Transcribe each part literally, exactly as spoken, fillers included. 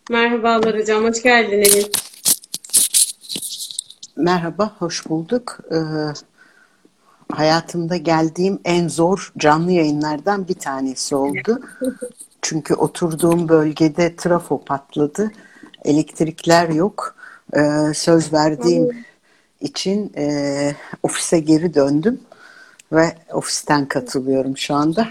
Merhabalar hocam, hoş geldiniz. Merhaba, hoş bulduk. Ee, hayatımda geldiğim en zor canlı yayınlardan bir tanesi oldu. Çünkü oturduğum bölgede trafo patladı. Elektrikler yok. Ee, söz verdiğim için e, ofise geri döndüm ve ofisten katılıyorum şu anda.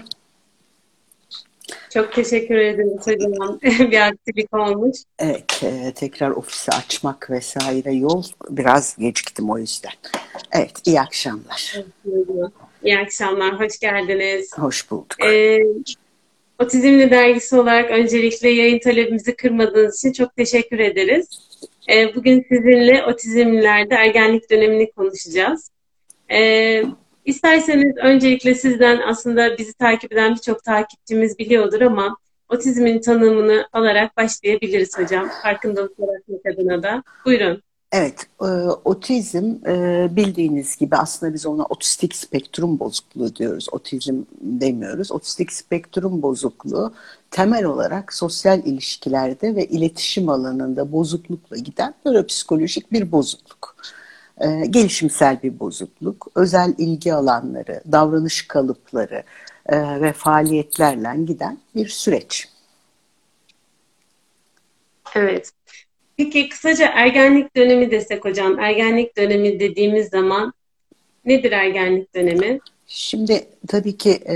Çok teşekkür ederiz hocam. Bir aksilik olmuş. Evet, e, tekrar ofisi açmak vesaire yol biraz geciktim o yüzden. Evet, iyi akşamlar. Evet, hocam. İyi akşamlar, hoş geldiniz. Hoş bulduk. Ee, Otizmli Dergisi olarak öncelikle yayın talebimizi kırmadığınız için çok teşekkür ederiz. Ee, bugün sizinle otizmlilerde ergenlik dönemini konuşacağız. Ee, isterseniz öncelikle sizden aslında bizi takip eden birçok takipçimiz biliyordur ama otizmin tanımını alarak başlayabiliriz hocam. Farkındalık yaratmak adına da. Buyurun. Evet, e, otizm e, bildiğiniz gibi aslında biz ona otistik spektrum bozukluğu diyoruz. Otizm demiyoruz. Otistik spektrum bozukluğu temel olarak sosyal ilişkilerde ve iletişim alanında bozuklukla giden nöropsikolojik bir bozukluk. E, gelişimsel bir bozukluk, özel ilgi alanları, davranış kalıpları e, ve faaliyetlerle giden bir süreç. Evet. Peki kısaca ergenlik dönemi desek hocam. Ergenlik dönemi dediğimiz zaman nedir ergenlik dönemi? Şimdi tabii ki e,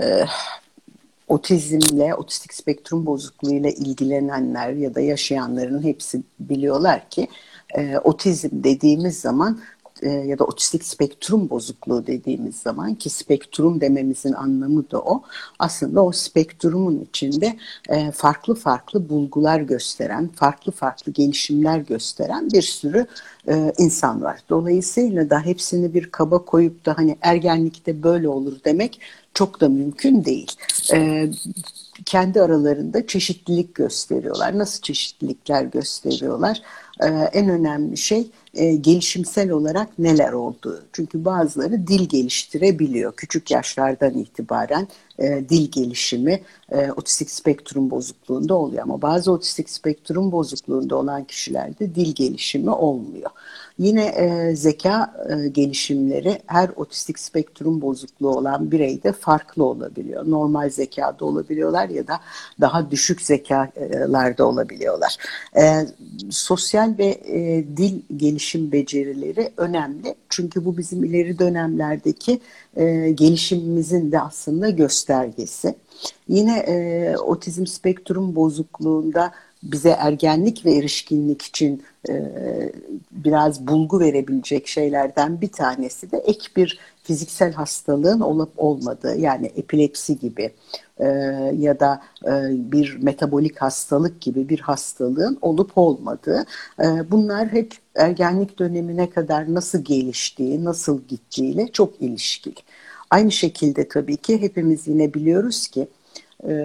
otizmle, otistik spektrum bozukluğuyla ilgilenenler ya da yaşayanların hepsi biliyorlar ki e, otizm dediğimiz zaman e, ya da otistik spektrum bozukluğu dediğimiz zaman ki spektrum dememizin anlamı da o. Aslında o spektrumun içinde e, farklı farklı bulgular gösteren, farklı farklı gelişimler gösteren bir sürü e, insan var. Dolayısıyla da hepsini bir kaba koyup da hani ergenlikte böyle olur demek çok da mümkün değil. Ee, kendi aralarında çeşitlilik gösteriyorlar. Nasıl çeşitlilikler gösteriyorlar? Ee, en önemli şey e, gelişimsel olarak neler olduğu. Çünkü bazıları dil geliştirebiliyor. Küçük yaşlardan itibaren e, dil gelişimi e, otistik spektrum bozukluğunda oluyor. Ama bazı otistik spektrum bozukluğunda olan kişilerde dil gelişimi olmuyor. Yine e, zeka e, gelişimleri her otistik spektrum bozukluğu olan bireyde farklı olabiliyor. Normal zekada olabiliyorlar ya da daha düşük zekalarda olabiliyorlar. E, sosyal ve e, dil gelişim becerileri önemli. Çünkü bu bizim ileri dönemlerdeki e, gelişimimizin de aslında göstergesi. Yine e, otizm spektrum bozukluğunda bize ergenlik ve erişkinlik için e, biraz bulgu verebilecek şeylerden bir tanesi de ek bir fiziksel hastalığın olup olmadığı, yani epilepsi gibi e, ya da e, bir metabolik hastalık gibi bir hastalığın olup olmadığı. E, bunlar hep ergenlik dönemine kadar nasıl geliştiği, nasıl gittiğiyle çok ilişkili. Aynı şekilde tabii ki hepimiz yine biliyoruz ki e,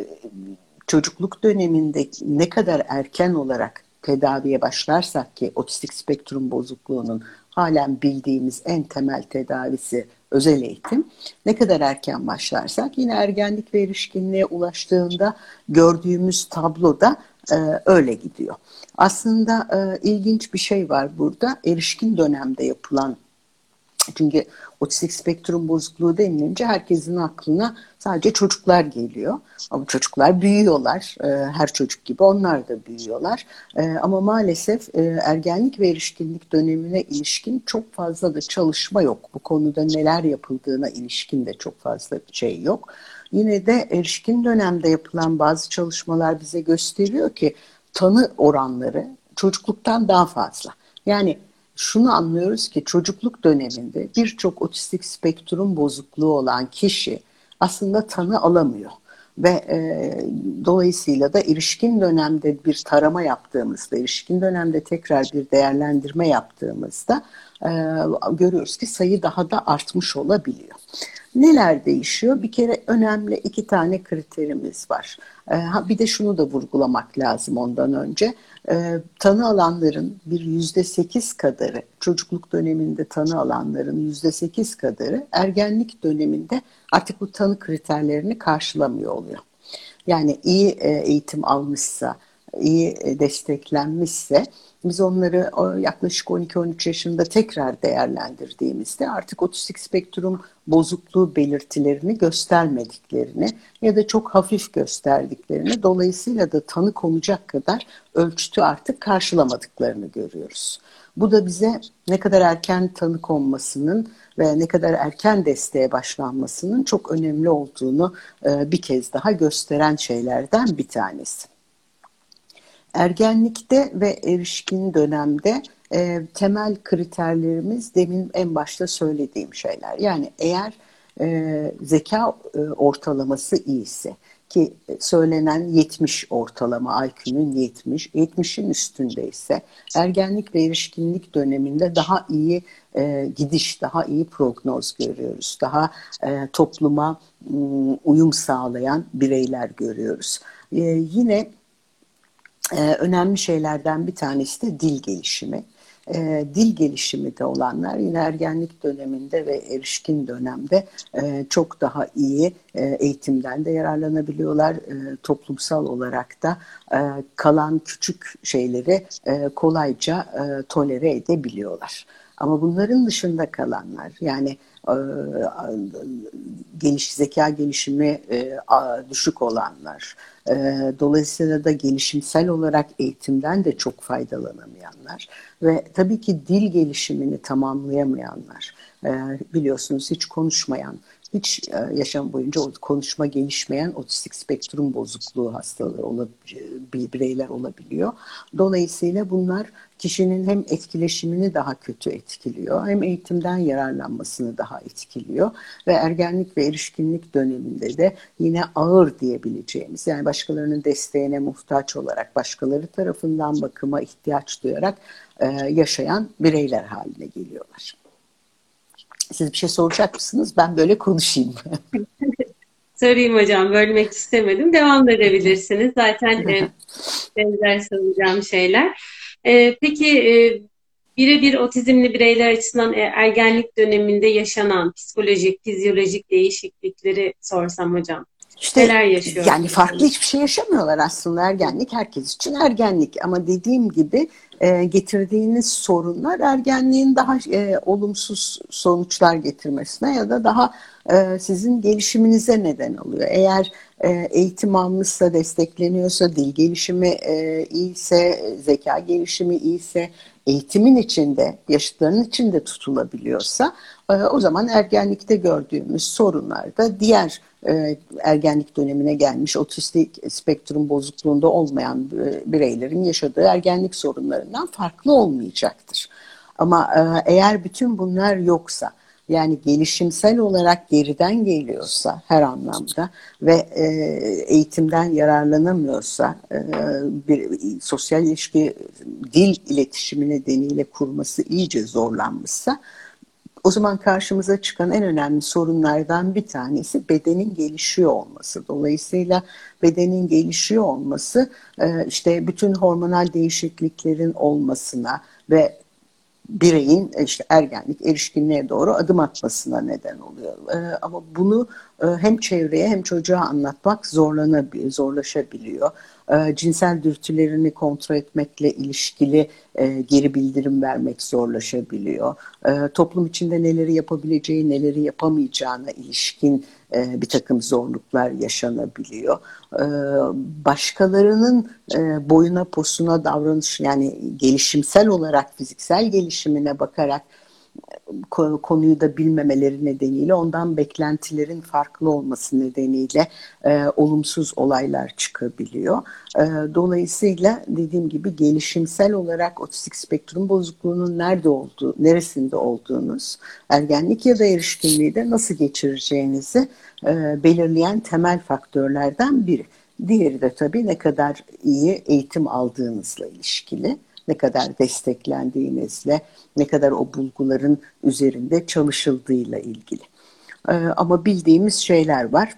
çocukluk döneminde ne kadar erken olarak tedaviye başlarsak, ki otistik spektrum bozukluğunun halen bildiğimiz en temel tedavisi özel eğitim, ne kadar erken başlarsak yine ergenlik ve erişkinliğe ulaştığında gördüğümüz tablo da e, öyle gidiyor. Aslında e, ilginç bir şey var burada. Erişkin dönemde yapılan, çünkü otistik spektrum bozukluğu denilince herkesin aklına sadece çocuklar geliyor. Ama çocuklar büyüyorlar. E, her çocuk gibi onlar da büyüyorlar. E, ama maalesef e, ergenlik ve erişkinlik dönemine ilişkin çok fazla da çalışma yok. Bu konuda neler yapıldığına ilişkin de çok fazla bir şey yok. Yine de erişkin dönemde yapılan bazı çalışmalar bize gösteriyor ki tanı oranları çocukluktan daha fazla. Yani şunu anlıyoruz ki çocukluk döneminde birçok otistik spektrum bozukluğu olan kişi aslında tanı alamıyor. Ve e, dolayısıyla da erişkin dönemde bir tarama yaptığımızda, erişkin dönemde tekrar bir değerlendirme yaptığımızda e, görüyoruz ki sayı daha da artmış olabiliyor. Neler değişiyor? Bir kere önemli iki tane kriterimiz var. Ee, bir de şunu da vurgulamak lazım ondan önce. Ee, tanı alanların bir yüzde sekiz kadarı, çocukluk döneminde tanı alanların yüzde sekiz kadarı ergenlik döneminde artık bu tanı kriterlerini karşılamıyor oluyor. Yani iyi e, eğitim almışsa, iyi desteklenmişse, biz onları yaklaşık on iki on üç yaşında tekrar değerlendirdiğimizde artık otistik spektrum bozukluğu belirtilerini göstermediklerini ya da çok hafif gösterdiklerini, dolayısıyla da tanı konacak kadar ölçütü artık karşılamadıklarını görüyoruz. Bu da bize ne kadar erken tanı konmasının ve ne kadar erken desteğe başlanmasının çok önemli olduğunu bir kez daha gösteren şeylerden bir tanesi. Ergenlikte ve erişkin dönemde e, temel kriterlerimiz demin en başta söylediğim şeyler. Yani eğer e, zeka e, ortalaması iyiyse, ki söylenen yetmiş ortalama, I Q'nun yetmiş, yetmişin üstündeyse ergenlik ve erişkinlik döneminde daha iyi e, gidiş, daha iyi prognoz görüyoruz. Daha e, topluma m, uyum sağlayan bireyler görüyoruz. E, yine Ee, önemli şeylerden bir tanesi de dil gelişimi. Ee, dil gelişimi de olanlar yine ergenlik döneminde ve erişkin dönemde e, çok daha iyi e, eğitimden de yararlanabiliyorlar. E, toplumsal olarak da e, kalan küçük şeyleri e, kolayca e, tolere edebiliyorlar. Ama bunların dışında kalanlar, yani e, geliş zeka gelişimi e, düşük olanlar, e, dolayısıyla da gelişimsel olarak eğitimden de çok faydalanamayanlar ve tabii ki dil gelişimini tamamlayamayanlar, e, biliyorsunuz hiç konuşmayan, hiç e, yaşam boyunca konuşma gelişmeyen otistik spektrum bozukluğu hastalığı olabilir, bireyler olabiliyor. Dolayısıyla bunlar kişinin hem etkileşimini daha kötü etkiliyor, hem eğitimden yararlanmasını daha etkiliyor ve ergenlik ve erişkinlik döneminde de yine ağır diyebileceğimiz, yani başkalarının desteğine muhtaç olarak, başkaları tarafından bakıma ihtiyaç duyarak e, yaşayan bireyler haline geliyorlar. Siz bir şey soracak mısınız? Ben böyle konuşayım. Sorayım hocam, bölmek istemedim. Devam edebilirsiniz. Zaten e, benzer soracağım şeyler. E, peki e, birebir otizmli bireyler açısından e, ergenlik döneminde yaşanan psikolojik, fizyolojik değişiklikleri sorsam hocam. İşte Neler yaşıyor yani farklı insanlar? hiçbir şey yaşamıyorlar aslında, ergenlik herkes için ergenlik, ama dediğim gibi e, getirdiğiniz sorunlar ergenliğin daha e, olumsuz sonuçlar getirmesine ya da daha e, sizin gelişiminize neden oluyor. Eğer e, eğitim almışsa, destekleniyorsa, dil gelişimi e, iyiyse, zeka gelişimi iyiyse, eğitimin içinde, yaşıtların içinde tutulabiliyorsa, e, o zaman ergenlikte gördüğümüz sorunlar da diğer e, ergenlik dönemine gelmiş otistik spektrum bozukluğunda olmayan e, bireylerin yaşadığı ergenlik sorunlarından farklı olmayacaktır. Ama e, eğer bütün bunlar yoksa, yani gelişimsel olarak geriden geliyorsa her anlamda ve e, eğitimden yararlanamıyorsa, e, bir sosyal ilişki, dil iletişimi nedeniyle kurması iyice zorlanmışsa, o zaman karşımıza çıkan en önemli sorunlardan bir tanesi bedenin gelişiyor olması. Dolayısıyla bedenin gelişiyor olması işte bütün hormonal değişikliklerin olmasına ve bireyin işte ergenlik, erişkinliğe doğru adım atmasına neden oluyor. Ee, ama bunu e, hem çevreye hem çocuğa anlatmak zorlanabiliyor, zorlaşabiliyor. Ee, cinsel dürtülerini kontrol etmekle ilişkili e, geri bildirim vermek zorlaşabiliyor. Ee, toplum içinde neleri yapabileceği, neleri yapamayacağına ilişkin e, bir takım zorluklar yaşanabiliyor. Ee, başkalarının e, boyuna posuna davranış, yani gelişimsel olarak fiziksel gelişimine bakarak konuyu da bilmemeleri nedeniyle, ondan beklentilerin farklı olması nedeniyle e, olumsuz olaylar çıkabiliyor. E, dolayısıyla dediğim gibi gelişimsel olarak otistik spektrum bozukluğunun nerede olduğu, neresinde olduğunuz, ergenlik ya da erişkinliği de nasıl geçireceğinizi e, belirleyen temel faktörlerden biri. Diğeri de tabii ne kadar iyi eğitim aldığınızla ilişkili, ne kadar desteklendiğinizle, ne kadar o bulguların üzerinde çalışıldığıyla ilgili. Ee, ama bildiğimiz şeyler var.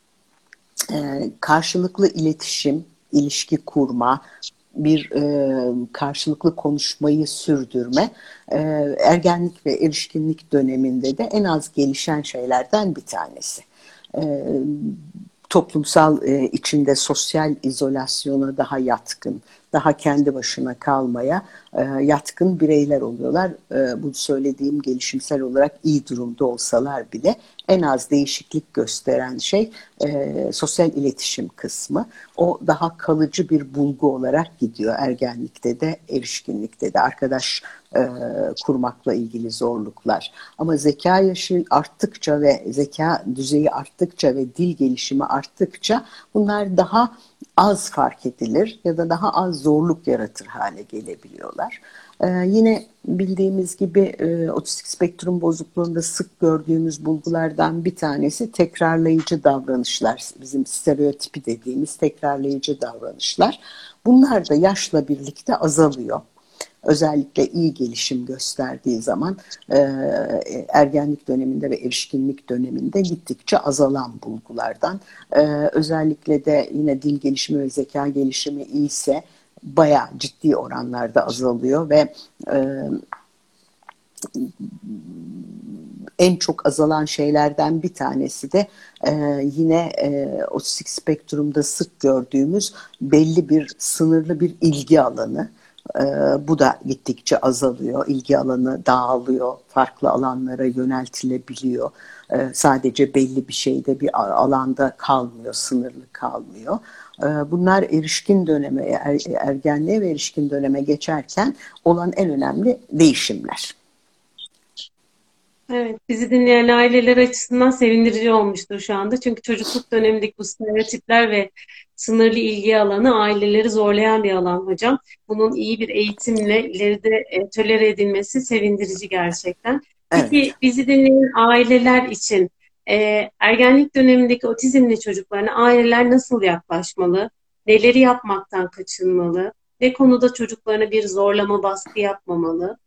Ee, karşılıklı iletişim, ilişki kurma, bir e, karşılıklı konuşmayı sürdürme, e, ergenlik ve erişkinlik döneminde de en az gelişen şeylerden bir tanesi. E, toplumsal e, içinde sosyal izolasyona daha yatkın, daha kendi başına kalmaya e, yatkın bireyler oluyorlar. E, bu söylediğim gelişimsel olarak iyi durumda olsalar bile en az değişiklik gösteren şey e, sosyal iletişim kısmı. O daha kalıcı bir bulgu olarak gidiyor ergenlikte de, erişkinlikte de. Arkadaş e, kurmakla ilgili zorluklar. Ama zeka yaşı arttıkça ve zeka düzeyi arttıkça ve dil gelişimi arttıkça bunlar daha az fark edilir ya da daha az zorluk yaratır hale gelebiliyorlar. Ee, yine bildiğimiz gibi e, otistik spektrum bozukluğunda sık gördüğümüz bulgulardan bir tanesi tekrarlayıcı davranışlar. Bizim stereotipi dediğimiz tekrarlayıcı davranışlar. Bunlar da yaşla birlikte azalıyor. Özellikle iyi gelişim gösterdiği zaman e, ergenlik döneminde ve erişkinlik döneminde gittikçe azalan bulgulardan. E, özellikle de yine dil gelişimi ve zeka gelişimi iyiyse bayağı ciddi oranlarda azalıyor ve e, en çok azalan şeylerden bir tanesi de e, yine e, otistik spektrumda sık gördüğümüz belli bir sınırlı bir ilgi alanı. E, bu da gittikçe azalıyor. İlgi alanı dağılıyor, farklı alanlara yöneltilebiliyor. E, sadece belli bir şeyde bir alanda kalmıyor, sınırlı kalmıyor. E, bunlar erişkin döneme, er, ergenliğe ve erişkin döneme geçerken olan en önemli değişimler. Evet, bizi dinleyen aileler açısından sevindirici olmuştur şu anda. Çünkü çocukluk dönemindeki bu stereotipler ve sınırlı ilgi alanı aileleri zorlayan bir alan hocam. Bunun iyi bir eğitimle ileride e, tolere edilmesi sevindirici gerçekten. Evet. Peki bizi dinleyen aileler için e, ergenlik dönemindeki otizmli çocuklarına aileler nasıl yaklaşmalı? Neleri yapmaktan kaçınmalı? Ne konuda çocuklarına bir zorlama, baskı yapmamalı?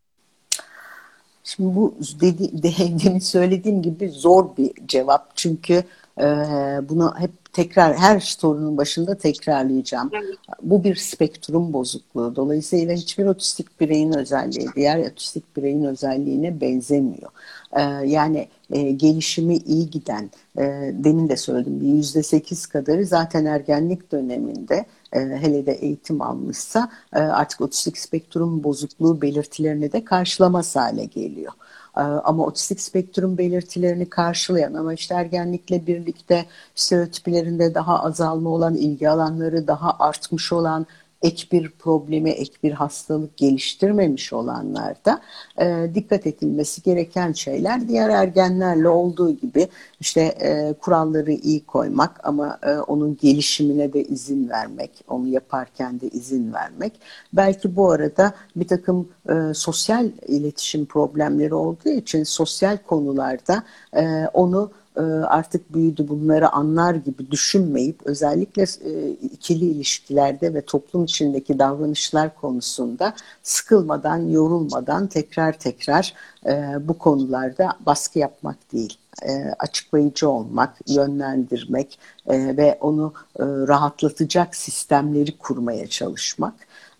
Şimdi bu dedi, de, demin söylediğim gibi zor bir cevap. Çünkü e, bunu hep tekrar her sorunun başında tekrarlayacağım. Evet. Bu bir spektrum bozukluğu. Dolayısıyla hiçbir otistik bireyin özelliği diğer otistik bireyin özelliğine benzemiyor. E, yani e, gelişimi iyi giden, e, demin de söyledim bir yüzde sekiz kadarı zaten ergenlik döneminde e, hele de eğitim almışsa e, artık otistik spektrum bozukluğu belirtilerini de karşılamaz hale geliyor. E, ama otistik spektrum belirtilerini karşılayan ama işte ergenlikle birlikte stereotiplerinde daha azalma olan, ilgi alanları daha artmış olan, ek bir problemi, ek bir hastalık geliştirmemiş olanlarda e, dikkat edilmesi gereken şeyler diğer ergenlerle olduğu gibi işte e, kuralları iyi koymak ama e, onun gelişimine de izin vermek, onu yaparken de izin vermek. Belki bu arada bir takım e, sosyal iletişim problemleri olduğu için sosyal konularda e, onu artık büyüdü bunları anlar gibi düşünmeyip özellikle ikili ilişkilerde ve toplum içindeki davranışlar konusunda sıkılmadan, yorulmadan tekrar tekrar bu konularda baskı yapmak değil, açıklayıcı olmak, yönlendirmek ve onu rahatlatacak sistemleri kurmaya çalışmak,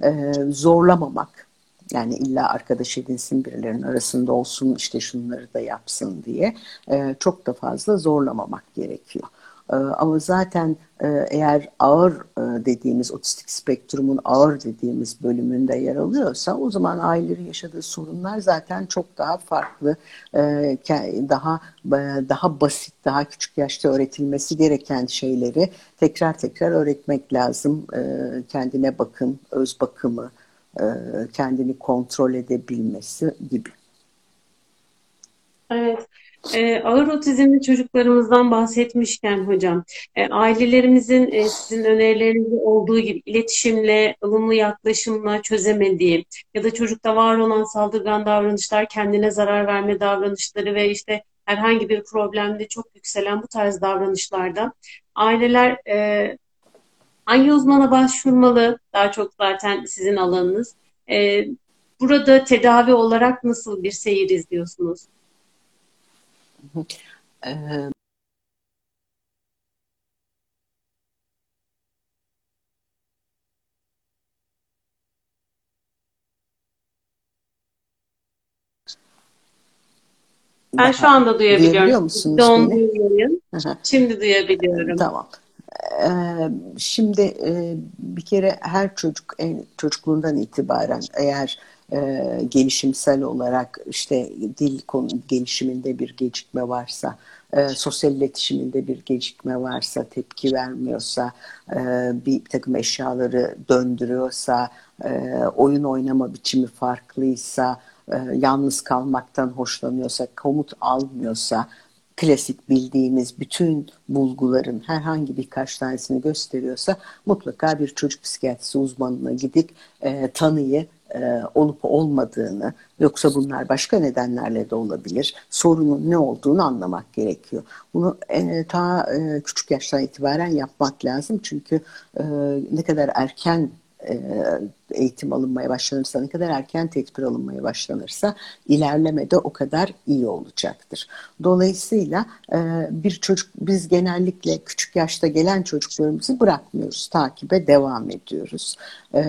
zorlamamak. Yani illa arkadaş edinsin birilerinin arasında olsun işte şunları da yapsın diye e, çok da fazla zorlamamak gerekiyor. E, ama zaten e, eğer ağır e, dediğimiz otistik spektrumun ağır dediğimiz bölümünde yer alıyorsa o zaman ailelerin yaşadığı sorunlar zaten çok daha farklı, e, daha daha basit, daha küçük yaşta öğretilmesi gereken şeyleri tekrar tekrar öğretmek lazım. E, kendine bakım, öz bakımı, kendini kontrol edebilmesi gibi. Evet. Ee, ağır otizmli çocuklarımızdan bahsetmişken hocam, e, ailelerimizin e, sizin önerilerinizde olduğu gibi iletişimle, ılımlı yaklaşımla çözemediği ya da çocukta var olan saldırgan davranışlar, kendine zarar verme davranışları ve işte herhangi bir problemde çok yükselen bu tarz davranışlarda aileler e, hangi uzmana başvurmalı? Daha çok zaten sizin alanınız. E, Burada tedavi olarak nasıl bir seyir izliyorsunuz? Ee, Ben şu daha anda duyabiliyorum. duyabiliyor Çünkü musunuz beni? dondu yayın. Şimdi duyabiliyorum. Tamam. Ee, Şimdi e, bir kere her çocuk en çocukluğundan itibaren eğer e, gelişimsel olarak işte dil konu gelişiminde bir gecikme varsa, e, sosyal iletişiminde bir gecikme varsa, tepki vermiyorsa, e, bir takım eşyaları döndürüyorsa, e, oyun oynama biçimi farklıysa, e, yalnız kalmaktan hoşlanıyorsa, komut almıyorsa, klasik bildiğimiz bütün bulguların herhangi birkaç tanesini gösteriyorsa mutlaka bir çocuk psikiyatrisi uzmanına gidip e, tanıyı e, olup olmadığını, yoksa bunlar başka nedenlerle de olabilir, sorunun ne olduğunu anlamak gerekiyor. Bunu e, ta e, küçük yaştan itibaren yapmak lazım çünkü e, ne kadar erken e, eğitim alınmaya başlanırsa, ne kadar erken tedbir alınmaya başlanırsa ilerlemede o kadar iyi olacaktır. Dolayısıyla e, bir çocuk, biz genellikle küçük yaşta gelen çocuklarımızı bırakmıyoruz, takibe devam ediyoruz. E,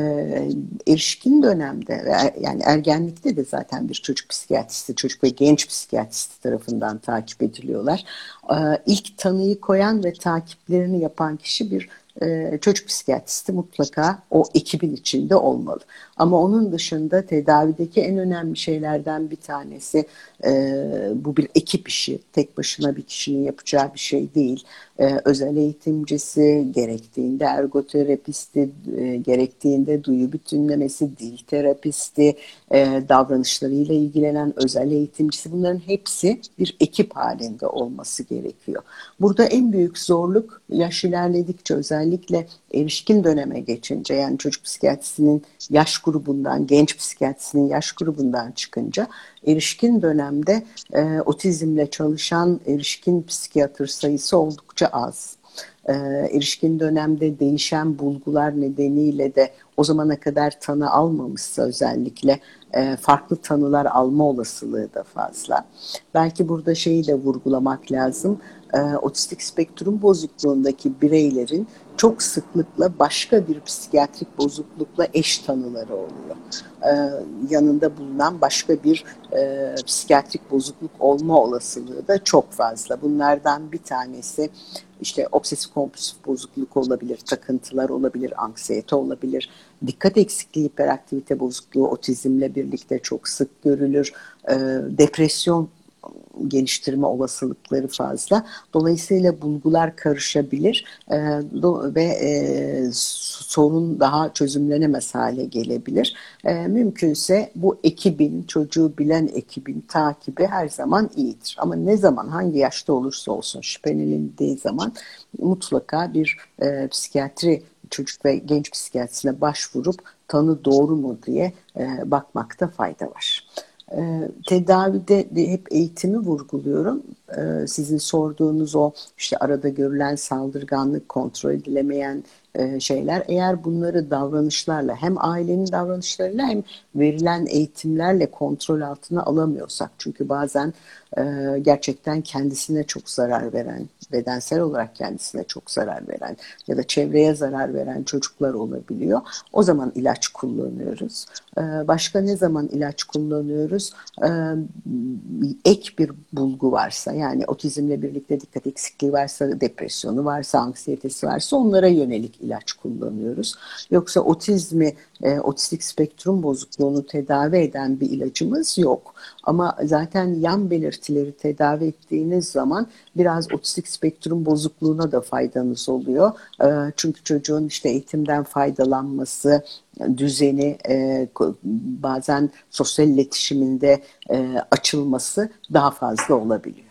Erişkin dönemde, yani ergenlikte de zaten bir çocuk psikiyatristi, çocuk ve genç psikiyatristi tarafından takip ediliyorlar. E, ilk tanıyı koyan ve takiplerini yapan kişi bir e, çocuk psikiyatristi mutlaka o ekibin içinde olmalı. Ama onun dışında tedavideki en önemli şeylerden bir tanesi, e, bu bir ekip işi. Tek başına bir kişinin yapacağı bir şey değil. E, özel eğitimcisi, gerektiğinde ergoterapisti, e, gerektiğinde duyu bütünlemesi, dil terapisti, e, davranışlarıyla ilgilenen özel eğitimcisi, bunların hepsi bir ekip halinde olması gerekiyor. Burada en büyük zorluk yaş ilerledikçe, özellikle erişkin döneme geçince, yani çocuk psikiyatrisinin yaş grubundan, genç psikiyatrisinin yaş grubundan çıkınca erişkin dönemde e, otizmle çalışan erişkin psikiyatr sayısı oldukça az. E, erişkin dönemde değişen bulgular nedeniyle de o zamana kadar tanı almamışsa özellikle e, farklı tanılar alma olasılığı da fazla. Belki burada şeyi de vurgulamak lazım. E, otistik spektrum bozukluğundaki bireylerin çok sıklıkla başka bir psikiyatrik bozuklukla eş tanıları oluyor. Ee, yanında bulunan başka bir e, psikiyatrik bozukluk olma olasılığı da çok fazla. Bunlardan bir tanesi işte obsesif kompulsif bozukluk olabilir, takıntılar olabilir, anksiyete olabilir, dikkat eksikliği, hiperaktivite bozukluğu otizmle birlikte çok sık görülür, e, depresyon geliştirme olasılıkları fazla. Dolayısıyla bulgular karışabilir e, do, ve e, sorun daha çözümlenemez hale gelebilir. E, mümkünse bu ekibin, çocuğu bilen ekibin takibi her zaman iyidir. Ama ne zaman, hangi yaşta olursa olsun şüphelenildiği zaman mutlaka bir e, psikiyatri, çocuk ve genç psikiyatrisine başvurup tanı doğru mu diye e, bakmakta fayda var. E, tedavide de hep eğitimi vurguluyorum. E, sizin sorduğunuz o işte arada görülen saldırganlık, kontrol edilemeyen e, şeyler, eğer bunları davranışlarla, hem ailenin davranışlarıyla hem verilen eğitimlerle kontrol altına alamıyorsak, çünkü bazen e, gerçekten kendisine çok zarar veren, bedensel olarak kendisine çok zarar veren ya da çevreye zarar veren çocuklar olabiliyor. O zaman ilaç kullanıyoruz. E, başka ne zaman ilaç kullanıyoruz? E, ek bir bulgu varsa, yani otizmle birlikte dikkat eksikliği varsa, depresyonu varsa, anksiyetesi varsa onlara yönelik ilaç kullanıyoruz. Yoksa otizmi, e, otistik spektrum bozukluğunu tedavi eden bir ilacımız yok. Ama zaten yan belirtileri tedavi ettiğiniz zaman biraz otistik spektrum bozukluğuna da faydanız oluyor. E, çünkü çocuğun işte eğitimden faydalanması, düzeni, e, bazen sosyal iletişiminde e, açılması daha fazla olabiliyor.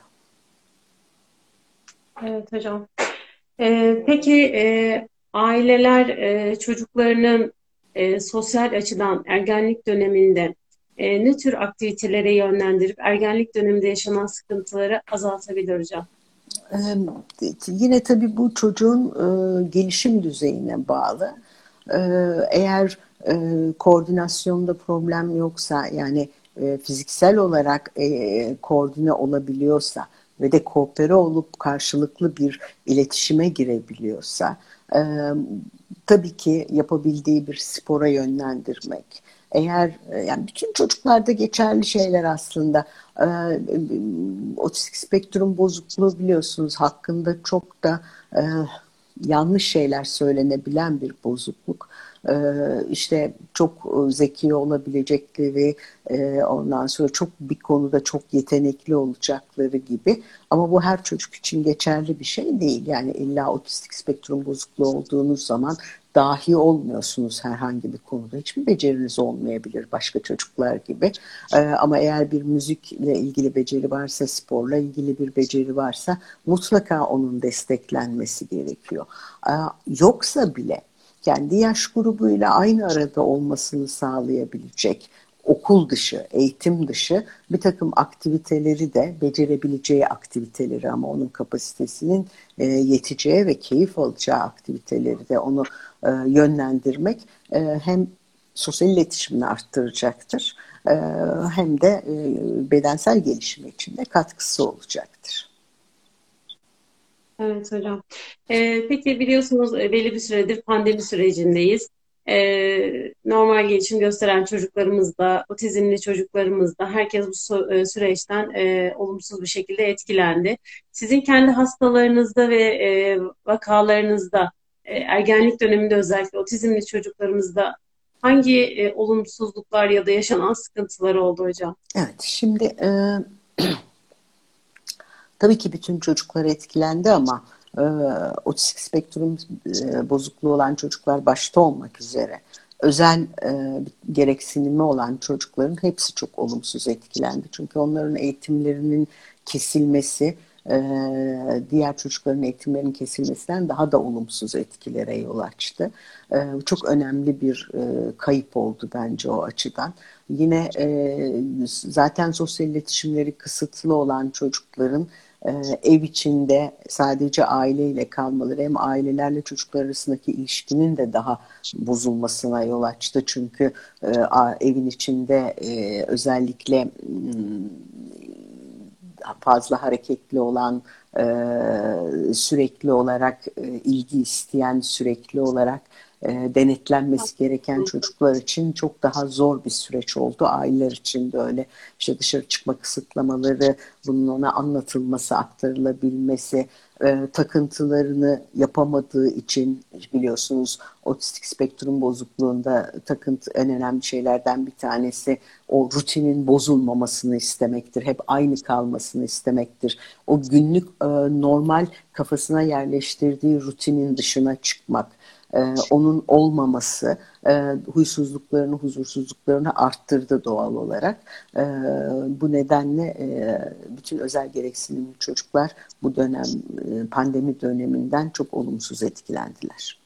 Evet hocam. Ee, peki e, aileler e, çocuklarının e, sosyal açıdan ergenlik döneminde e, ne tür aktivitelere yönlendirip ergenlik döneminde yaşanan sıkıntıları azaltabilir hocam? Ee, Yine tabii bu çocuğun e, gelişim düzeyine bağlı. Ee, eğer e, koordinasyonda problem yoksa, yani e, fiziksel olarak e, koordine olabiliyorsa ve de koopere olup karşılıklı bir iletişime girebiliyorsa, e, tabii ki yapabildiği bir spora yönlendirmek. Eğer e, yani bütün çocuklarda geçerli şeyler aslında. Ee, otistik spektrum bozukluğu biliyorsunuz hakkında çok da e, yanlış şeyler söylenebilen bir bozukluk. E, işte çok zeki olabilecekleri, e, ondan sonra çok bir konuda çok yetenekli olacakları gibi. Ama bu her çocuk için geçerli bir şey değil. Yani illa otistik spektrum bozukluğu olduğunuz zaman dahi olmuyorsunuz herhangi bir konuda. Hiçbir beceriniz olmayabilir başka çocuklar gibi. Ee, ama eğer bir müzikle ilgili beceri varsa, sporla ilgili bir beceri varsa mutlaka onun desteklenmesi gerekiyor. Ee, yoksa bile kendi yaş grubuyla aynı arada olmasını sağlayabilecek okul dışı, eğitim dışı bir takım aktiviteleri de becerebileceği aktiviteleri ama onun kapasitesinin e, yeteceği ve keyif alacağı aktiviteleri de onu e, yönlendirmek e, hem sosyal iletişimini arttıracaktır e, hem de e, bedensel gelişimi için de katkısı olacaktır. Evet hocam. Ee, peki biliyorsunuz e, belli bir süredir pandemi sürecindeyiz. Ee, normal gelişim gösteren çocuklarımız da, otizmli çocuklarımız da herkes bu so- e, süreçten e, olumsuz bir şekilde etkilendi. Sizin kendi hastalarınızda ve e, vakalarınızda, e, ergenlik döneminde özellikle otizmli çocuklarımızda hangi e, olumsuzluklar ya da yaşanan sıkıntılar oldu hocam? Evet, şimdi e, tabii ki bütün çocuklar etkilendi ama e, otistik spektrum e, bozukluğu olan çocuklar başta olmak üzere özel e, gereksinimi olan çocukların hepsi çok olumsuz etkilendi. Çünkü onların eğitimlerinin kesilmesi e, diğer çocukların eğitimlerinin kesilmesinden daha da olumsuz etkilere yol açtı. E, çok önemli bir e, kayıp oldu bence o açıdan. Yine e, zaten sosyal iletişimleri kısıtlı olan çocukların e, ev içinde sadece aileyle kalmaları hem ailelerle çocuklar arasındaki ilişkinin de daha bozulmasına yol açtı. Çünkü e, evin içinde e, özellikle fazla hareketli olan, e, sürekli olarak e, ilgi isteyen, sürekli olarak e, denetlenmesi gereken çocuklar için çok daha zor bir süreç oldu. Aileler için de öyle. İşte dışarı çıkma kısıtlamaları, bunun ona anlatılması, aktarılabilmesi, e, takıntılarını yapamadığı için biliyorsunuz otistik spektrum bozukluğunda takıntı en önemli şeylerden bir tanesi o rutinin bozulmamasını istemektir. Hep aynı kalmasını istemektir. O günlük e, normal kafasına yerleştirdiği rutinin dışına çıkmak, e, onun olmaması e, huysuzluklarını, huzursuzluklarını arttırdı doğal olarak. E, bu nedenle e, bütün özel gereksinimli çocuklar bu dönem e, pandemi döneminden çok olumsuz etkilendiler.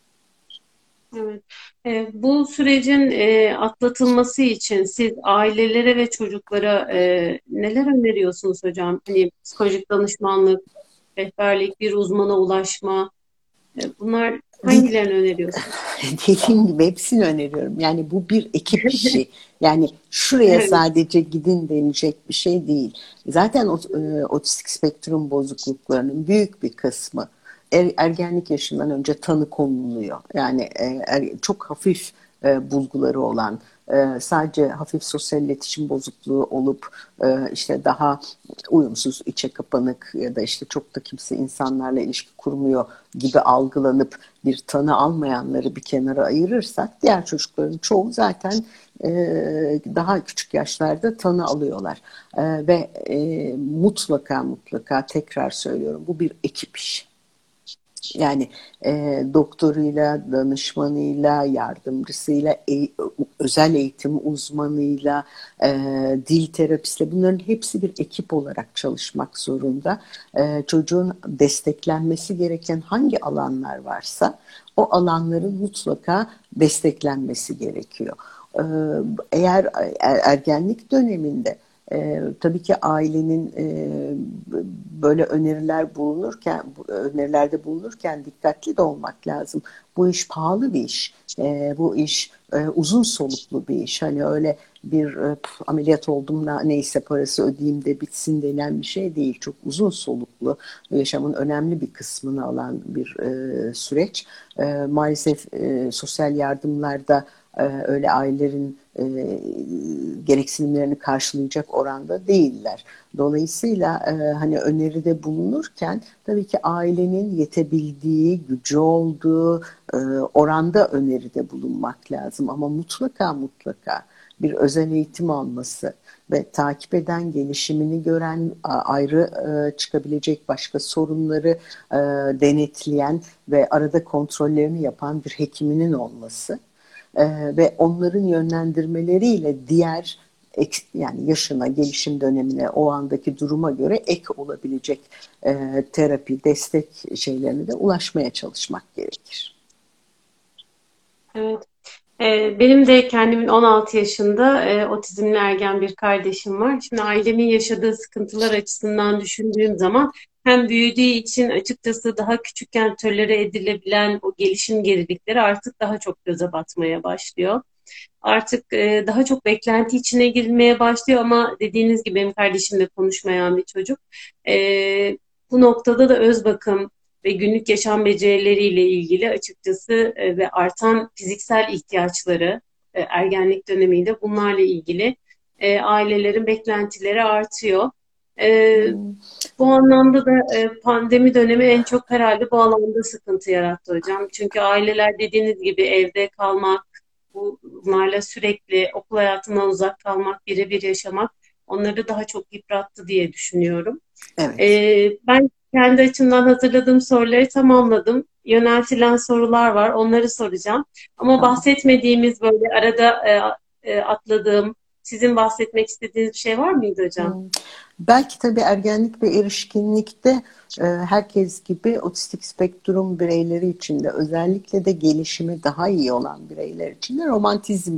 Evet. E, bu sürecin e, atlatılması için siz ailelere ve çocuklara e, neler öneriyorsunuz hocam? Hani psikolojik danışmanlık, rehberlik, bir uzmana ulaşma, e, bunlar hangilerini öneriyorsunuz? Dediğim gibi hepsini öneriyorum. Yani bu bir ekip işi. Yani şuraya Evet, sadece gidin denecek bir şey değil. Zaten o, e, otistik spektrum bozukluklarının büyük bir kısmı er, ergenlik yaşından önce tanı konuluyor. Yani e, er, çok hafif e, bulguları olan, e, sadece hafif sosyal iletişim bozukluğu olup e, işte daha uyumsuz, içe kapanık ya da işte çok da kimse insanlarla ilişki kurmuyor gibi algılanıp bir tanı almayanları bir kenara ayırırsak diğer çocukların çoğu zaten e, daha küçük yaşlarda tanı alıyorlar. E, ve e, mutlaka mutlaka tekrar söylüyorum bu bir ekip işi. Yani e, doktoruyla, danışmanıyla, yardımcısıyla, e, özel eğitim uzmanıyla, e, dil terapistiyle bunların hepsi bir ekip olarak çalışmak zorunda. E, çocuğun desteklenmesi gereken hangi alanlar varsa o alanların mutlaka desteklenmesi gerekiyor. E, eğer er, ergenlik döneminde e, tabii ki ailenin e, böyle öneriler bulunurken, önerilerde bulunurken dikkatli de olmak lazım. Bu iş pahalı bir iş. E, bu iş e, uzun soluklu bir iş. Hani öyle bir e, ameliyat oldum da neyse parası ödeyeyim de bitsin denen bir şey değil. Çok uzun soluklu, yaşamın önemli bir kısmını alan bir e, süreç. E, maalesef e, sosyal yardımlarda e, öyle ailelerin e, gereksinimlerini karşılayacak oranda değiller. Dolayısıyla e, hani öneride bulunurken tabii ki ailenin yetebildiği, gücü olduğu e, oranda öneride bulunmak lazım. Ama mutlaka mutlaka bir özel eğitim alması ve takip eden, gelişimini gören, ayrı e, çıkabilecek başka sorunları e, denetleyen ve arada kontrollerini yapan bir hekiminin olması e, ve onların yönlendirmeleriyle diğer yani yaşına, gelişim dönemine, o andaki duruma göre ek olabilecek e, terapi, destek şeylerine de ulaşmaya çalışmak gerekir. Evet. Ee, benim de kendimin on altı yaşında e, otizmli ergen bir kardeşim var. Şimdi ailemin yaşadığı sıkıntılar açısından düşündüğüm zaman hem büyüdüğü için açıkçası daha küçükken tolere edilebilen o gelişim gerilikleri artık daha çok göze batmaya başlıyor. Artık e, daha çok beklenti içine girilmeye başlıyor ama dediğiniz gibi benim kardeşim de konuşmayan bir çocuk. E, Bu noktada da öz bakım ve günlük yaşam becerileriyle ilgili açıkçası e, ve artan fiziksel ihtiyaçları e, ergenlik döneminde bunlarla ilgili e, ailelerin beklentileri artıyor. E, Hmm. Bu anlamda da e, pandemi dönemi en çok herhalde bu alanda sıkıntı yarattı hocam. Çünkü aileler dediğiniz gibi evde kalmak, bunlarla sürekli okul hayatından uzak kalmak, birebir yaşamak onları daha çok yıprattı diye düşünüyorum. Evet. Ee, ben kendi açımdan hazırladığım soruları tamamladım. Yöneltilen sorular var, onları soracağım. Ama Tamam. bahsetmediğimiz böyle arada e, e, atladığım, sizin bahsetmek istediğiniz bir şey var mıydı hocam? Hmm. Belki tabii ergenlik ve erişkinlikte e, herkes gibi otistik spektrum bireyleri için de özellikle de gelişimi daha iyi olan bireyler için de romantizm,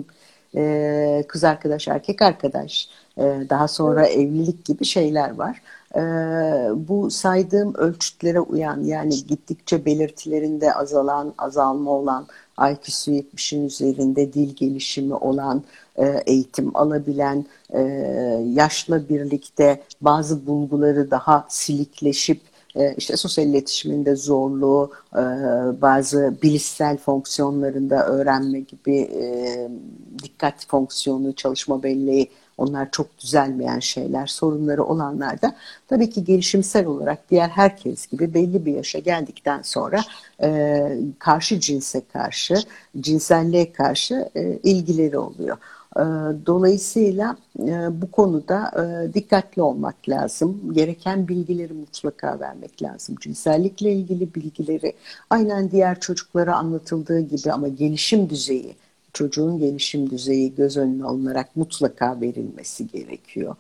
e, kız arkadaş, erkek arkadaş, e, daha sonra evlilik gibi şeyler var. E, Bu saydığım ölçütlere uyan yani gittikçe belirtilerinde azalan, azalma olan, I Q'su yetmişin üzerinde dil gelişimi olan, e, eğitim alabilen, e, yaşla birlikte bazı bulguları daha silikleşip e, işte sosyal iletişiminde zorluğu, e, bazı bilişsel fonksiyonlarında öğrenme gibi e, dikkat fonksiyonu, çalışma belleği onlar çok düzelmeyen şeyler, sorunları olanlar da tabii ki gelişimsel olarak diğer herkes gibi belli bir yaşa geldikten sonra e, karşı cinse karşı, cinselliğe karşı e, ilgileri oluyor. Dolayısıyla bu konuda dikkatli olmak lazım. Gereken bilgileri mutlaka vermek lazım. Cinsellikle ilgili bilgileri aynen diğer çocuklara anlatıldığı gibi ama gelişim düzeyi, çocuğun gelişim düzeyi göz önüne alınarak mutlaka verilmesi gerekiyor.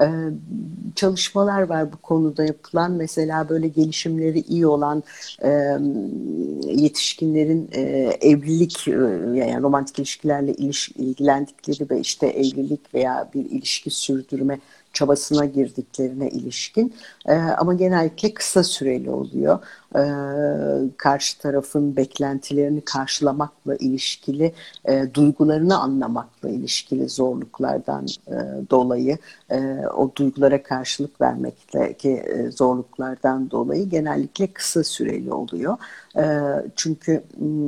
Çalışmalar var bu konuda yapılan. Mesela böyle gelişimleri iyi olan yetişkinlerin evlilik yani romantik ilişkilerle ilgilendikleri ve işte evlilik veya bir ilişki sürdürme çabasına girdiklerine ilişkin e, ama genellikle kısa süreli oluyor. E, karşı tarafın beklentilerini karşılamakla ilişkili, e, duygularını anlamakla ilişkili zorluklardan e, dolayı, e, o duygulara karşılık vermekteki e, zorluklardan dolayı genellikle kısa süreli oluyor. E, çünkü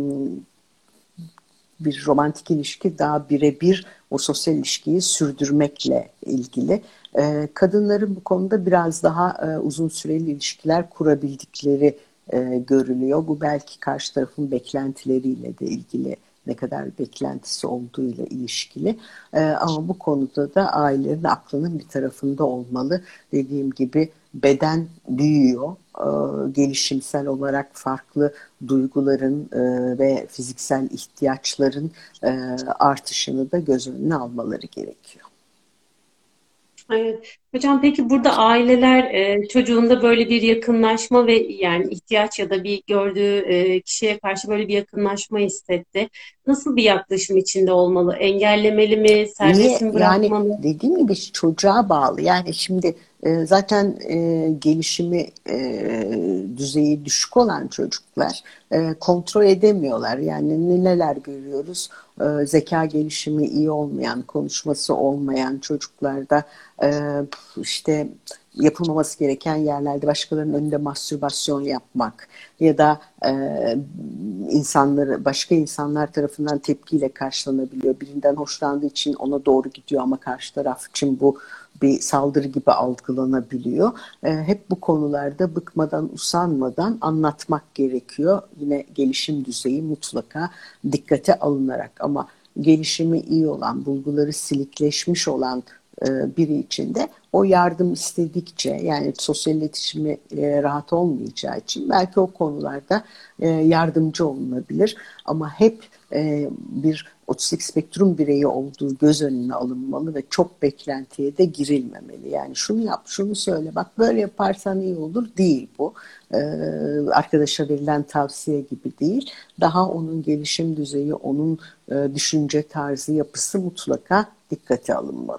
bir romantik ilişki daha birebir o sosyal ilişkiyi sürdürmekle ilgili. E, kadınların bu konuda biraz daha e, uzun süreli ilişkiler kurabildikleri e, görülüyor. Bu belki karşı tarafın beklentileriyle de ilgili, ne kadar beklentisi olduğuyla ilişkili. E, ama bu konuda da ailelerin aklının bir tarafında olmalı. Dediğim gibi beden büyüyor. E, gelişimsel olarak farklı duyguların e, ve fiziksel ihtiyaçların e, artışını da göz önüne almaları gerekiyor. Evet. Hocam peki burada aileler e, çocuğunda böyle bir yakınlaşma ve yani ihtiyaç ya da bir gördüğü e, kişiye karşı böyle bir yakınlaşma hissetti. Nasıl bir yaklaşım içinde olmalı? Engellemeli mi? Serbest Niye? mi Yani bırakmalı? dediğim gibi çocuğa bağlı. Yani şimdi e, zaten e, gelişimi e, düzeyi düşük olan çocuklar e, kontrol edemiyorlar. Yani neler görüyoruz? E, zeka gelişimi iyi olmayan, konuşması olmayan çocuklarda e, işte yapılmaması gereken yerlerde başkalarının önünde mastürbasyon yapmak ya da e, insanları başka insanlar tarafından tepkiyle karşılanabiliyor. Birinden hoşlandığı için ona doğru gidiyor ama karşı taraf için bu bir saldırı gibi algılanabiliyor. E, hep bu konularda bıkmadan, usanmadan anlatmak gerekiyor. Yine gelişim düzeyi mutlaka dikkate alınarak, ama gelişimi iyi olan, bulguları silikleşmiş olan e, biri için de o yardım istedikçe, yani sosyal iletişimi e, rahat olmayacağı için belki o konularda e, yardımcı olunabilir. Ama hep e, bir otistik spektrum bireyi olduğu göz önüne alınmalı ve çok beklentiye de girilmemeli. Yani şunu yap, şunu söyle, bak böyle yaparsan iyi olur değil bu. Ee, arkadaşa verilen tavsiye gibi değil. Daha onun gelişim düzeyi, onun e, düşünce tarzı, yapısı mutlaka dikkate alınmalı.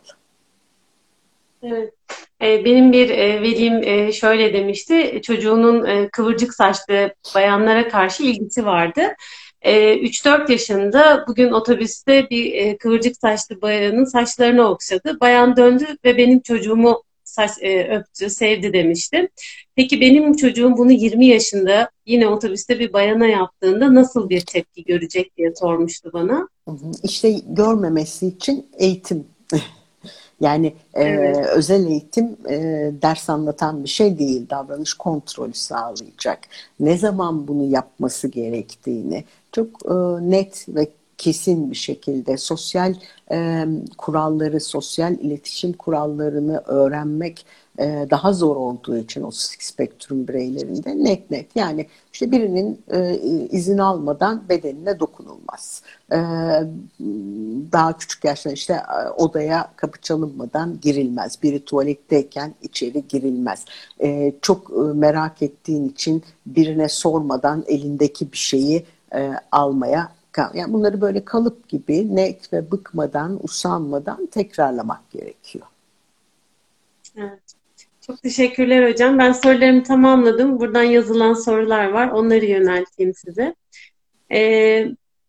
Evet. E, Benim bir e, velim e, şöyle demişti, çocuğunun e, kıvırcık saçlı bayanlara karşı ilgisi vardı. E, üç dört yaşında bugün otobüste bir e, kıvırcık saçlı bayanın saçlarını okşadı. Bayan döndü ve benim çocuğumu saç, e, öptü, sevdi demişti. Peki benim çocuğum bunu yirmi yaşında yine otobüste bir bayana yaptığında nasıl bir tepki görecek diye sormuştu bana. İşte görmemesi için eğitim. Yani e, Evet. özel eğitim e, ders anlatan bir şey değil, davranış kontrolü sağlayacak. Ne zaman bunu yapması gerektiğini çok e, net ve kesin bir şekilde sosyal e, kuralları, sosyal iletişim kurallarını öğrenmek e, daha zor olduğu için otistik spektrum bireylerinde net net, yani işte birinin e, izin almadan bedenine dokunulmaz. E, Daha küçük yaşta işte e, odaya kapı çalınmadan girilmez. Biri tuvaletteyken içeri girilmez. E, çok e, merak ettiğin için birine sormadan elindeki bir şeyi e, almaya, yani bunları böyle kalıp gibi net ve bıkmadan, usanmadan tekrarlamak gerekiyor. Evet. Çok teşekkürler hocam. Ben sorularımı tamamladım. Buradan yazılan sorular var. Onları yönelteyim size. Ee,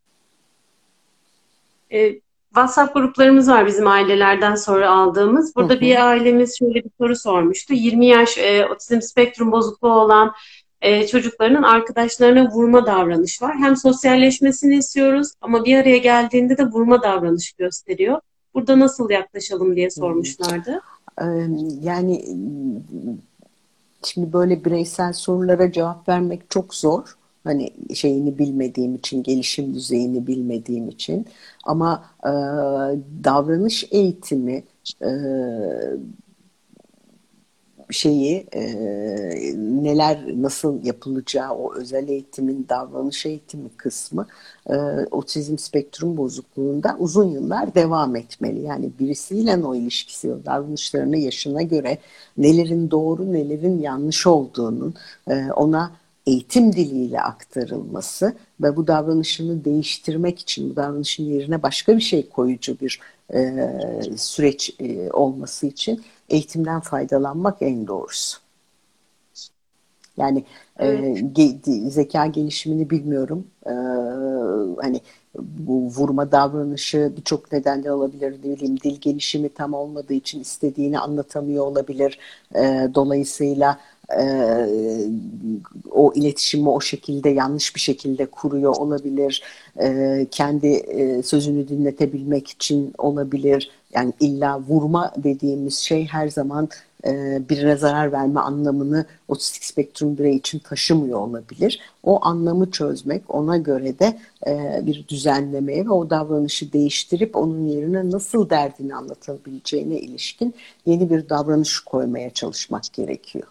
e, WhatsApp gruplarımız var bizim ailelerden sonra aldığımız. Hı Burada hı. bir ailemiz şöyle bir soru sormuştu. yirmi yaş e, otizm spektrum bozukluğu olan e, çocuklarının arkadaşlarına vurma davranışı var. Hem sosyalleşmesini istiyoruz ama bir araya geldiğinde de vurma davranışı gösteriyor. Burada nasıl yaklaşalım diye sormuşlardı. Ee, Yani şimdi böyle bireysel sorulara cevap vermek çok zor. Hani şeyini bilmediğim için, gelişim düzeyini bilmediğim için. Ama e, davranış eğitimi e, şeyi e, neler nasıl yapılacağı, o özel eğitimin davranış eğitimi kısmı e, otizm spektrum bozukluğunda uzun yıllar devam etmeli. Yani birisiyle o ilişkisi, o davranışlarını yaşına göre nelerin doğru nelerin yanlış olduğunun e, ona eğitim diliyle aktarılması ve bu davranışını değiştirmek için, bu davranışın yerine başka bir şey koyucu bir e, süreç e, olması için eğitimden faydalanmak en doğrusu. Yani e, Evet. ge- zeka gelişimini bilmiyorum. E, hani bu vurma davranışı birçok nedenden olabilir. Ne bileyim, dil gelişimi tam olmadığı için istediğini anlatamıyor olabilir. E, dolayısıyla e, o iletişimi o şekilde yanlış bir şekilde kuruyor olabilir. E, kendi e, sözünü dinletebilmek için olabilir. Yani illa vurma dediğimiz şey her zaman e, birine zarar verme anlamını otistik spektrum birey için taşımıyor olabilir. O anlamı çözmek, ona göre de e, bir düzenlemeye ve o davranışı değiştirip onun yerine nasıl derdini anlatabileceğine ilişkin yeni bir davranış koymaya çalışmak gerekiyor.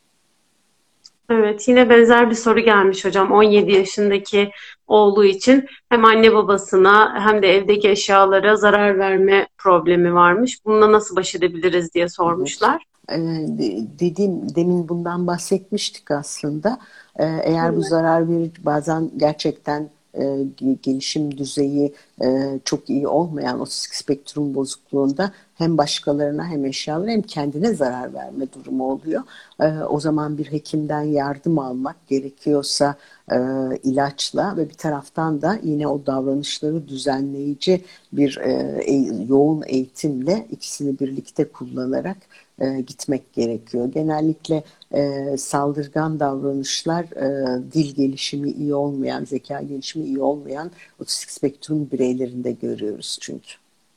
Evet, yine benzer bir soru gelmiş hocam. on yedi yaşındaki oğlu için hem anne babasına hem de evdeki eşyalara zarar verme problemi varmış. Bununla nasıl baş edebiliriz diye Hı hı. sormuşlar. Ee, dediğim demin bundan bahsetmiştik aslında. Ee, eğer bu Evet. zarar verici, bazen gerçekten e, gelişim düzeyi e, çok iyi olmayan otistik spektrum bozukluğunda hem başkalarına hem eşyalara hem kendine zarar verme durumu oluyor. E, o zaman bir hekimden yardım almak gerekiyorsa e, ilaçla ve bir taraftan da yine o davranışları düzenleyici bir e, e, yoğun eğitimle ikisini birlikte kullanarak e, gitmek gerekiyor. Genellikle e, saldırgan davranışlar e, dil gelişimi iyi olmayan, zeka gelişimi iyi olmayan otistik spektrum bireylerinde görüyoruz çünkü.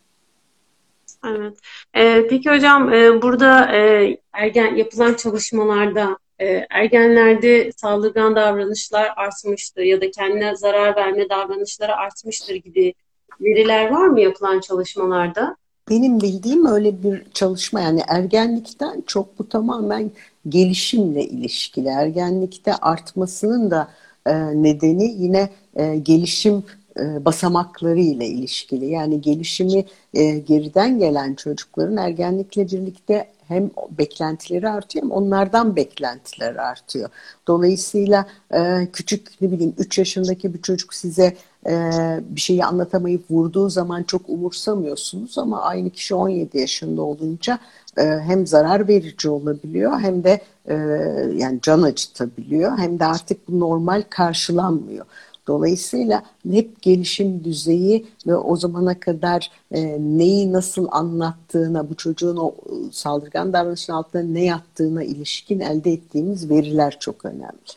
Evet. Ee, peki hocam, e, burada e, ergen yapılan çalışmalarda e, ergenlerde saldırgan davranışlar artmıştır ya da kendine zarar verme davranışları artmıştır gibi veriler var mı yapılan çalışmalarda? Benim bildiğim öyle bir çalışma, yani ergenlikten çok bu tamamen gelişimle ilişkili. Ergenlikte artmasının da e, nedeni yine e, gelişim e, basamakları ile ilişkili. Yani gelişimi e, geriden gelen çocukların ergenlikle birlikte hem beklentileri artıyor hem onlardan beklentiler artıyor. Dolayısıyla e, küçük, ne bileyim, üç yaşındaki bir çocuk size e, bir şeyi anlatamayıp vurduğu zaman çok umursamıyorsunuz ama aynı kişi on yedi yaşında olunca e, hem zarar verici olabiliyor hem de e, yani can acıtabiliyor hem de artık bu normal karşılanmıyor. Dolayısıyla hep gelişim düzeyi ve o zamana kadar e, neyi nasıl anlattığına, bu çocuğun o e, saldırgan davranışın altında ne yattığına ilişkin elde ettiğimiz veriler çok önemli.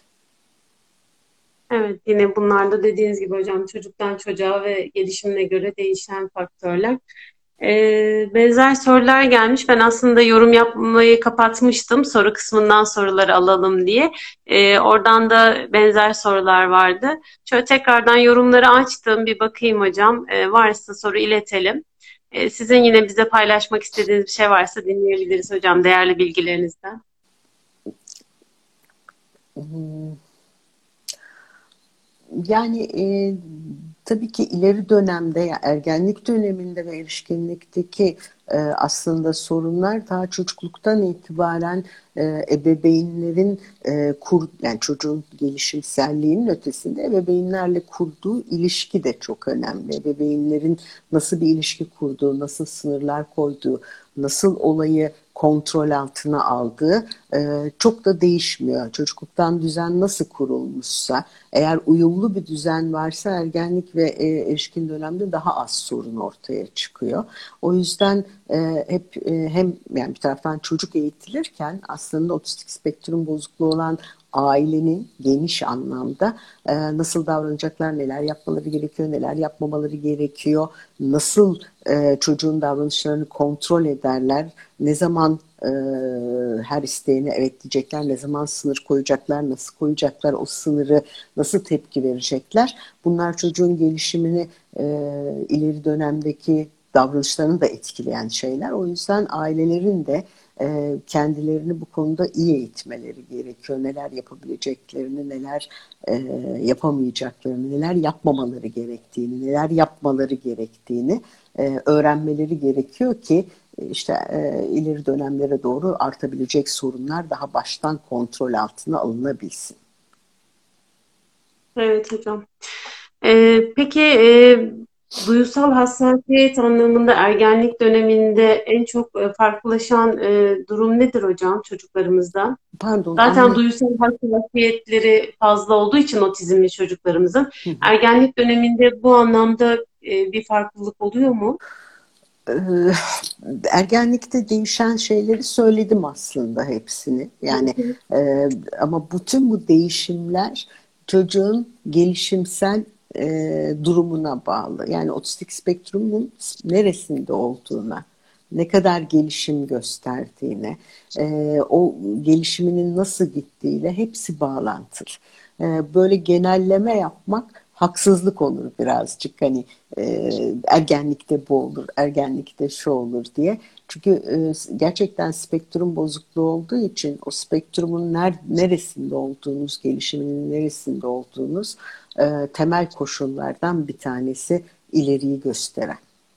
Evet, yine bunlar da dediğiniz gibi hocam çocuktan çocuğa ve gelişimine göre değişen faktörler. Ee, benzer sorular gelmiş. Ben aslında yorum yapmayı kapatmıştım. Soru kısmından soruları alalım diye. Ee, oradan da benzer sorular vardı. Şöyle tekrardan yorumları açtım. Bir bakayım hocam. Ee, varsa soru iletelim. Ee, sizin yine bize paylaşmak istediğiniz bir şey varsa dinleyebiliriz hocam, değerli bilgilerinizden. Hmm. Yani e, tabii ki ileri dönemde, ya ergenlik döneminde ve erişkinlikteki e, aslında sorunlar daha çocukluktan itibaren e, ebeveynlerin e, kur, yani çocuğun gelişimselliğinin ötesinde ebeveynlerle kurduğu ilişki de çok önemli. Ebeveynlerin nasıl bir ilişki kurduğu, nasıl sınırlar koyduğu, nasıl olayı kontrol altına aldığı e, çok da değişmiyor. Çocukluktan düzen nasıl kurulmuşsa, eğer uyumlu bir düzen varsa ergenlik ve e, erişkin dönemde daha az sorun ortaya çıkıyor. O yüzden e, hep e, hem yani bir taraftan çocuk eğitilirken aslında otistik spektrum bozukluğu olan ailenin geniş anlamda e, nasıl davranacaklar, neler yapmaları gerekiyor, neler yapmamaları gerekiyor, nasıl e, çocuğun davranışlarını kontrol ederler, ne zaman e, her isteğine evet diyecekler, ne zaman sınır koyacaklar, nasıl koyacaklar, o sınırı nasıl tepki verecekler. Bunlar çocuğun gelişimini e, ileri dönemdeki davranışlarını da etkileyen şeyler. O yüzden ailelerin de e, kendilerini bu konuda iyi eğitmeleri gerekiyor. Neler yapabileceklerini, neler e, yapamayacaklarını, neler yapmamaları gerektiğini, neler yapmaları gerektiğini e, öğrenmeleri gerekiyor ki e, işte e, ileri dönemlere doğru artabilecek sorunlar daha baştan kontrol altına alınabilsin. Evet hocam. Ee, peki e, duysal hassasiyet anlamında ergenlik döneminde en çok e, farklılaşan e, durum nedir hocam çocuklarımızda? Pardon, Zaten anne. duysal hassasiyetleri fazla olduğu için otizmli çocuklarımızın Hı hı. ergenlik döneminde bu anlamda e, bir farklılık oluyor mu? Ee, Ergenlikte değişen şeyleri söyledim aslında hepsini. Hı Yani hı. e, ama bütün bu değişimler çocuğun gelişimsel e, durumuna bağlı. Yani otistik spektrumun neresinde olduğuna, ne kadar gelişim gösterdiğine, e, o gelişiminin nasıl gittiğiyle hepsi bağlantılı. E, böyle genelleme yapmak haksızlık olur birazcık. Hani e, ergenlikte bu olur, ergenlikte şu olur diye. Çünkü e, gerçekten spektrum bozukluğu olduğu için o spektrumun ner neresinde olduğunuz, gelişiminin neresinde olduğunuz e, temel koşullardan bir tanesi ileriyi gösteren.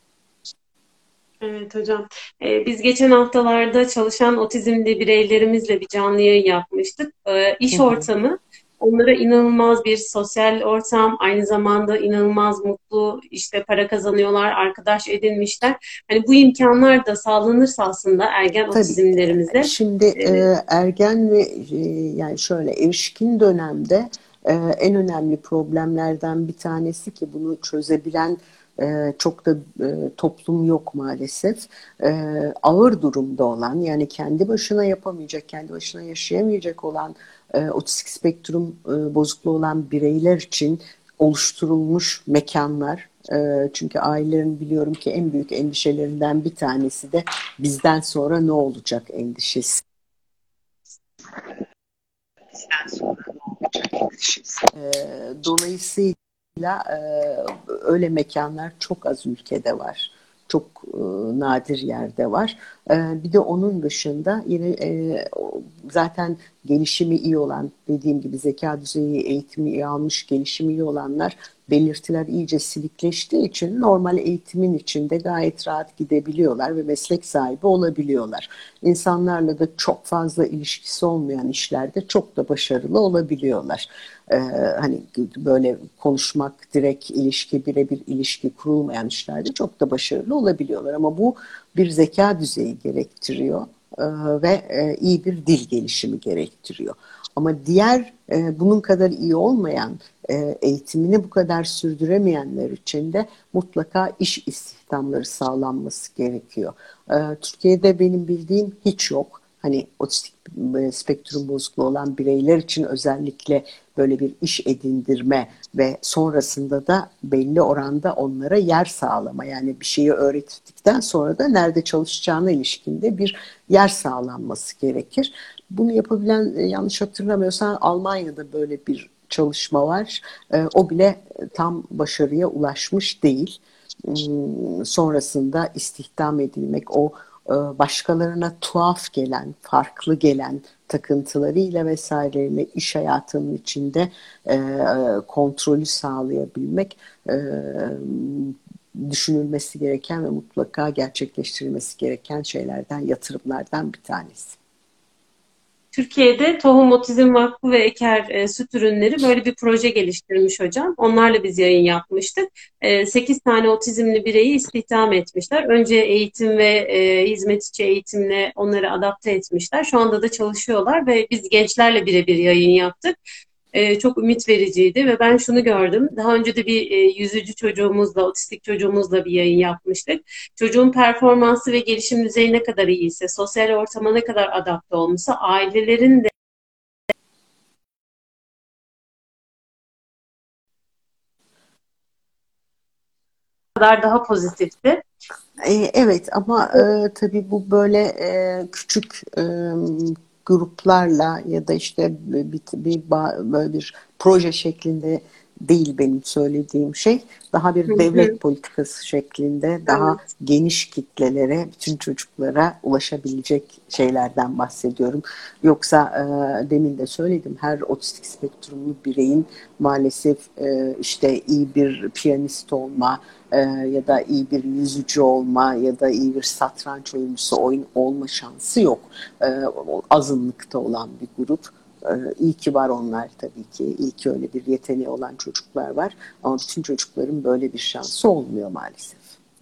Evet hocam. Ee, biz geçen haftalarda çalışan otizmli bireylerimizle bir canlı yayın yapmıştık. Ee, Hı iş hı. ortamı onlara inanılmaz bir sosyal ortam, aynı zamanda inanılmaz mutlu, işte para kazanıyorlar, arkadaş edinmişler. Hani bu imkanlar da sağlanırsa aslında ergen Tabii. otizmlerimize Şimdi e, e, ergen ve e, yani şöyle erişkin dönemde e, en önemli problemlerden bir tanesi ki bunu çözebilen e, çok da e, toplum yok maalesef. E, Ağır durumda olan yani kendi başına yapamayacak, kendi başına yaşayamayacak olan e, otistik spektrum e, bozukluğu olan bireyler için oluşturulmuş mekanlar. E, çünkü ailelerin biliyorum ki en büyük endişelerinden bir tanesi de bizden sonra ne olacak endişesi. Bizden sonra ne olacak endişesi. E, dolayısıyla e, öyle mekanlar çok az ülkede var. Çok e, nadir yerde var. E, bir de onun dışında yine e, zaten gelişimi iyi olan, dediğim gibi zeka düzeyi, eğitimi iyi almış, gelişimi iyi olanlar belirtiler iyice silikleştiği için normal eğitimin içinde gayet rahat gidebiliyorlar ve meslek sahibi olabiliyorlar. İnsanlarla da çok fazla ilişkisi olmayan işlerde çok da başarılı olabiliyorlar. Ee, hani böyle konuşmak, direkt ilişki, birebir ilişki kurulmayan işlerde çok da başarılı olabiliyorlar. Ama bu bir zeka düzeyi gerektiriyor e, ve e, iyi bir dil gelişimi gerektiriyor. Ama diğer e, bunun kadar iyi olmayan, e, eğitimini bu kadar sürdüremeyenler için de mutlaka iş istihdamları sağlanması gerekiyor. E, Türkiye'de benim bildiğim hiç yok. Hani otistik e, spektrum bozukluğu olan bireyler için özellikle böyle bir iş edindirme ve sonrasında da belli oranda onlara yer sağlama, yani bir şeyi öğrettikten sonra da nerede çalışacağına ilişkinde bir yer sağlanması gerekir. Bunu yapabilen, e, yanlış hatırlamıyorsam Almanya'da böyle bir çalışma var. E, o bile tam başarıya ulaşmış değil. Hmm, sonrasında istihdam edilmek, o e, başkalarına tuhaf gelen, farklı gelen takıntılarıyla vesaireyle iş hayatının içinde e, kontrolü sağlayabilmek e, düşünülmesi gereken ve mutlaka gerçekleştirilmesi gereken şeylerden, yatırımlardan bir tanesi. Türkiye'de Tohum Otizm Vakfı ve Eker e, Süt Ürünleri böyle bir proje geliştirmiş hocam. Onlarla biz yayın yapmıştık. E, sekiz tane otizmli bireyi istihdam etmişler. Önce eğitim ve e, hizmet içi eğitimle onları adapte etmişler. Şu anda da çalışıyorlar ve biz gençlerle birebir yayın yaptık. E, çok ümit vericiydi ve ben şunu gördüm. Daha önce de bir e, yüzücü çocuğumuzla, otistik çocuğumuzla bir yayın yapmıştık. Çocuğun performansı ve gelişim düzeyi ne kadar iyiyse, sosyal ortama ne kadar adapte olmuşsa, ailelerin de kadar daha pozitifti. E, Evet, ama e, tabii bu böyle e, küçük e, gruplarla ya da işte bir, bir, ba- böyle bir proje şeklinde değil benim söylediğim şey. Daha Hı bir hı, devlet politikası şeklinde, daha evet. geniş kitlelere, bütün çocuklara ulaşabilecek şeylerden bahsediyorum. Yoksa e, demin de söyledim, her otistik spektrumlu bireyin maalesef e, işte iyi bir piyanist olma, e, ya da iyi bir yüzücü olma ya da iyi bir satranç oyuncusu oyun olma şansı yok. E, azınlıkta olan bir grup. E, iyi ki var onlar tabii ki. İyi ki öyle bir yeteneği olan çocuklar var. Ama bütün çocukların böyle bir şansı olmuyor maalesef.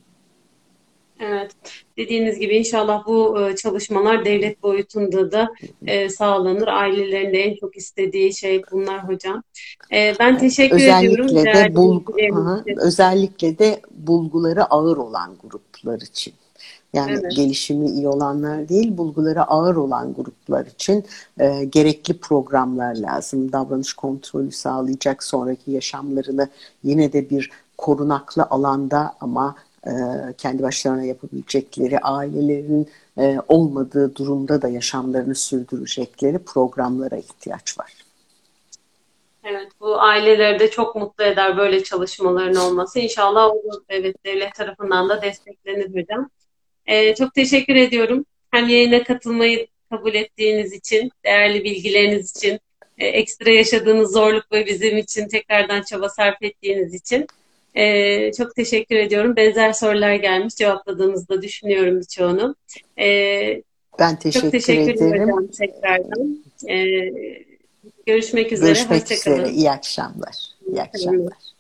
Evet, dediğiniz gibi inşallah bu e, çalışmalar devlet boyutunda da e, sağlanır. Ailelerin de en çok istediği şey bunlar hocam. E, ben teşekkür ediyorum Özellikle de değerli bulgu, bilgileriniz aha, için. özellikle de bulguları ağır olan gruplar için. Yani Evet. gelişimi iyi olanlar değil, bulguları ağır olan gruplar için e, gerekli programlar lazım. Davranış kontrolü sağlayacak, sonraki yaşamlarını yine de bir korunaklı alanda ama e, kendi başlarına yapabilecekleri, ailelerin e, olmadığı durumda da yaşamlarını sürdürecekleri programlara ihtiyaç var. Evet, bu aileleri de çok mutlu eder böyle çalışmaların olması. İnşallah olur. Evet, devlet tarafından da desteklenir hocam. Ee, çok teşekkür ediyorum. Hem yayına katılmayı kabul ettiğiniz için, değerli bilgileriniz için, e, ekstra yaşadığınız zorluk ve bizim için tekrardan çaba sarf ettiğiniz için. Ee, çok teşekkür ediyorum. Benzer sorular gelmiş, cevapladığınızı da düşünüyorum birçoğunu. Ee, Ben Çok teşekkür teşekkürler ederim. hocam tekrardan. Ee, Görüşmek üzere. Görüşmek Hoşça üzere. kalın. İyi akşamlar. İyi Tamam. akşamlar.